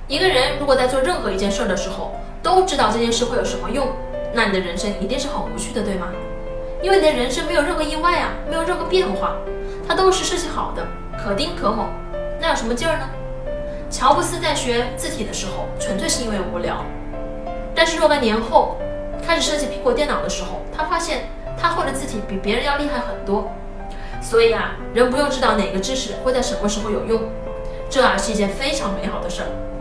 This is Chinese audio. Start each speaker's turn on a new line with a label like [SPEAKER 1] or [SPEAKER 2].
[SPEAKER 1] 一个人如果在做任何一件事的时候，都知道这件事会有什么用，那你的人生一定是很无趣的，对吗？因为你的人生没有任何意外啊，没有任何变化，它都是设计好的，可丁可卯，那有什么劲儿呢？乔布斯在学字体的时候，纯粹是因为无聊。但是若干年后开始设计苹果电脑的时候，他发现他会的字体比别人要厉害很多。所以人不用知道哪个知识会在什么时候有用，这是一件非常美好的事儿。